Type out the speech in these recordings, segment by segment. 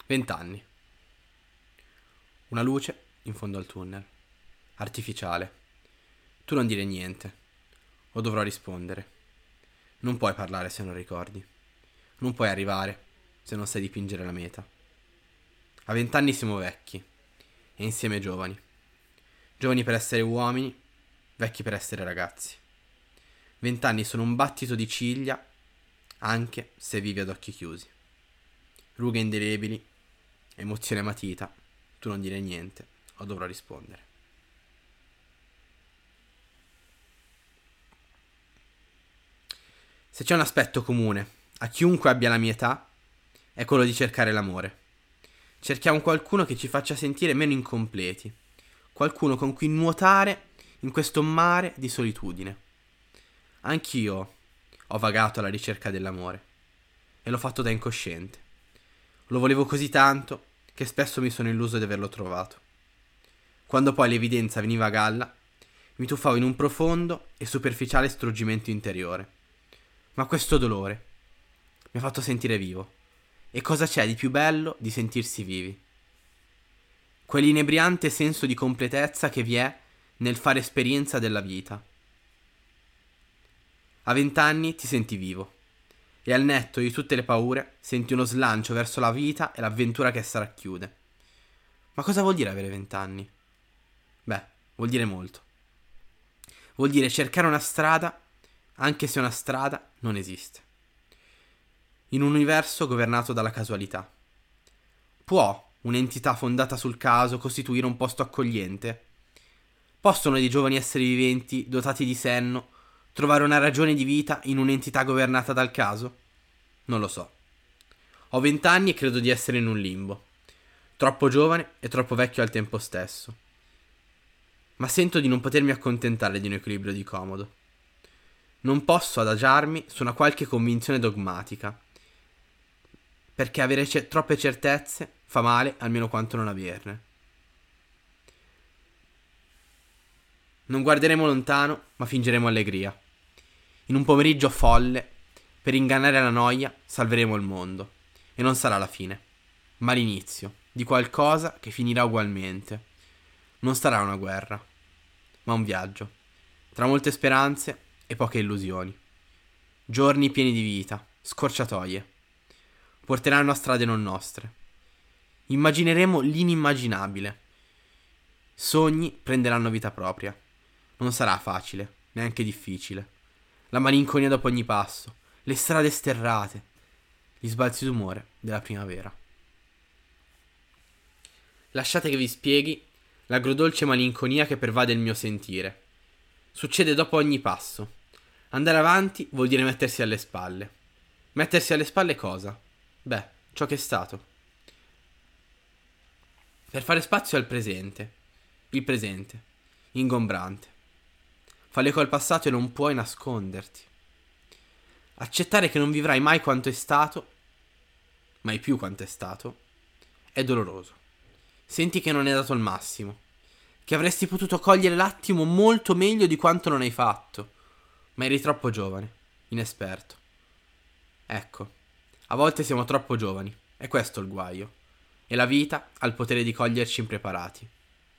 20 anni. Una luce in fondo al tunnel. Artificiale. Tu non dire niente. O dovrò rispondere. Non puoi parlare se non ricordi. Non puoi arrivare se non sai dipingere la meta. A 20 anni siamo vecchi. E insieme giovani. Giovani per essere uomini, vecchi per essere ragazzi. 20 anni sono un battito di ciglia, anche se vivi ad occhi chiusi. Rughe indelebili, emozione matita, tu non dire niente, o dovrò rispondere. Se c'è un aspetto comune a chiunque abbia la mia età, è quello di cercare l'amore. Cerchiamo qualcuno che ci faccia sentire meno incompleti, qualcuno con cui nuotare in questo mare di solitudine. Anch'io ho vagato alla ricerca dell'amore e l'ho fatto da incosciente. Lo volevo così tanto che spesso mi sono illuso di averlo trovato. Quando poi l'evidenza veniva a galla, mi tuffavo in un profondo e superficiale struggimento interiore. Ma questo dolore mi ha fatto sentire vivo. E cosa c'è di più bello di sentirsi vivi? Quell'inebriante senso di completezza che vi è nel fare esperienza della vita. A 20 anni ti senti vivo e al netto di tutte le paure senti uno slancio verso la vita e l'avventura che essa racchiude. Ma cosa vuol dire avere 20 anni? Beh, vuol dire molto. Vuol dire cercare una strada anche se una strada non esiste. In un universo governato dalla casualità. Può un'entità fondata sul caso costituire un posto accogliente? Possono dei giovani esseri viventi, dotati di senno, trovare una ragione di vita in un'entità governata dal caso? Non lo so. Ho 20 anni e credo di essere in un limbo. Troppo giovane e troppo vecchio al tempo stesso. Ma sento di non potermi accontentare di un equilibrio di comodo. Non posso adagiarmi su una qualche convinzione dogmatica, perché avere troppe certezze fa male almeno quanto non averne. Non guarderemo lontano, ma fingeremo allegria. In un pomeriggio folle, per ingannare la noia, salveremo il mondo. E non sarà la fine, ma l'inizio di qualcosa che finirà ugualmente. Non sarà una guerra, ma un viaggio, tra molte speranze e poche illusioni. Giorni pieni di vita, scorciatoie. Porteranno a strade non nostre. Immagineremo l'inimmaginabile. Sogni prenderanno vita propria. Non sarà facile, neanche difficile. La malinconia dopo ogni passo, le strade sterrate, gli sbalzi d'umore della primavera. Lasciate che vi spieghi l'agrodolce malinconia che pervade il mio sentire. Succede dopo ogni passo. Andare avanti vuol dire mettersi alle spalle. Mettersi alle spalle cosa? Beh, ciò che è stato. Per fare spazio al presente. Il presente, ingombrante. Falli col passato e non puoi nasconderti. Accettare che non vivrai mai quanto è stato, mai più quanto è stato, è doloroso. Senti che non hai dato il massimo, che avresti potuto cogliere l'attimo molto meglio di quanto non hai fatto, ma eri troppo giovane, inesperto. Ecco, a volte siamo troppo giovani, è questo il guaio, e la vita ha il potere di coglierci impreparati.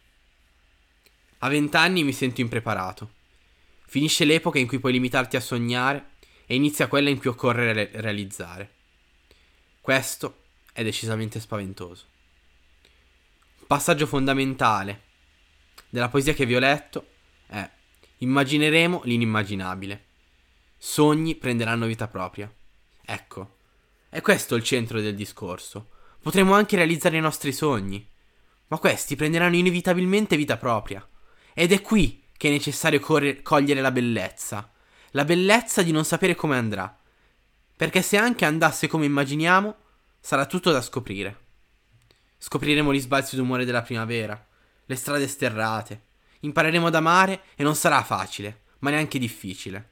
A 20 anni mi sento impreparato. Finisce l'epoca in cui puoi limitarti a sognare e inizia quella in cui occorre realizzare. Questo è decisamente spaventoso. Un passaggio fondamentale della poesia che vi ho letto è: immagineremo l'inimmaginabile. Sogni prenderanno vita propria. Ecco, è questo il centro del discorso. Potremo anche realizzare i nostri sogni, ma questi prenderanno inevitabilmente vita propria. Ed è qui che è necessario cogliere la bellezza di non sapere come andrà, perché se anche andasse come immaginiamo, sarà tutto da scoprire. Scopriremo gli sbalzi d'umore della primavera, le strade sterrate, impareremo ad amare e non sarà facile, ma neanche difficile.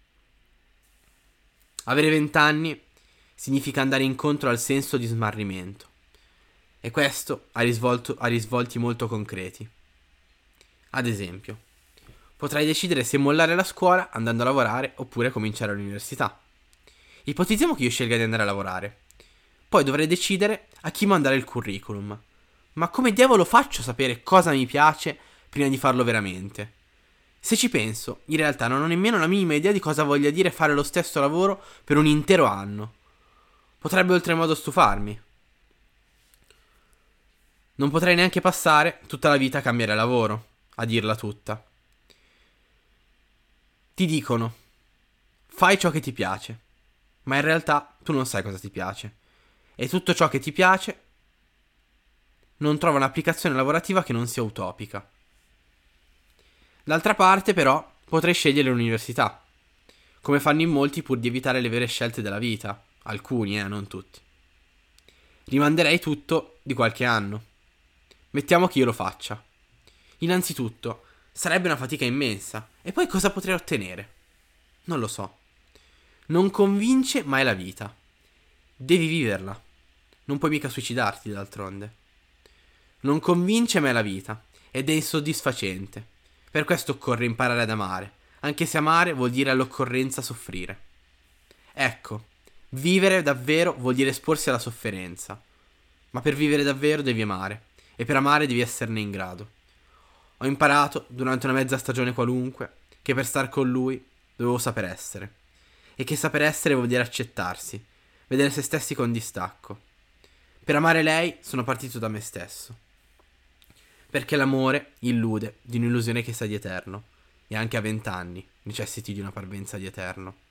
Avere 20 anni significa andare incontro al senso di smarrimento, e questo ha risvolti molto concreti. Ad esempio, potrai decidere se mollare la scuola andando a lavorare oppure cominciare l'università. Ipotizziamo che io scelga di andare a lavorare. Poi dovrei decidere a chi mandare il curriculum. Ma come diavolo faccio a sapere cosa mi piace prima di farlo veramente? Se ci penso, in realtà non ho nemmeno la minima idea di cosa voglia dire fare lo stesso lavoro per un intero anno. Potrebbe oltremodo stufarmi. Non potrei neanche passare tutta la vita a cambiare lavoro, a dirla tutta. Ti dicono, fai ciò che ti piace, ma in realtà tu non sai cosa ti piace. E tutto ciò che ti piace non trova un'applicazione lavorativa che non sia utopica. D'altra parte, però, potrei scegliere l'università, come fanno in molti pur di evitare le vere scelte della vita. Alcuni, non tutti. Rimanderei tutto di qualche anno. Mettiamo che io lo faccia. Innanzitutto, sarebbe una fatica immensa. E poi cosa potrei ottenere? Non lo so. Non convince mai la vita. Devi viverla. Non puoi mica suicidarti, d'altronde. Non convince mai la vita ed è insoddisfacente. Per questo occorre imparare ad amare, anche se amare vuol dire all'occorrenza soffrire. Ecco, vivere davvero vuol dire esporsi alla sofferenza. Ma per vivere davvero devi amare, e per amare devi esserne in grado. Ho imparato, durante una mezza stagione qualunque, che per star con lui dovevo saper essere. E che saper essere vuol dire accettarsi, vedere se stessi con distacco. Per amare lei sono partito da me stesso. Perché l'amore illude di un'illusione che sa di eterno, e anche a 20 anni necessiti di una parvenza di eterno.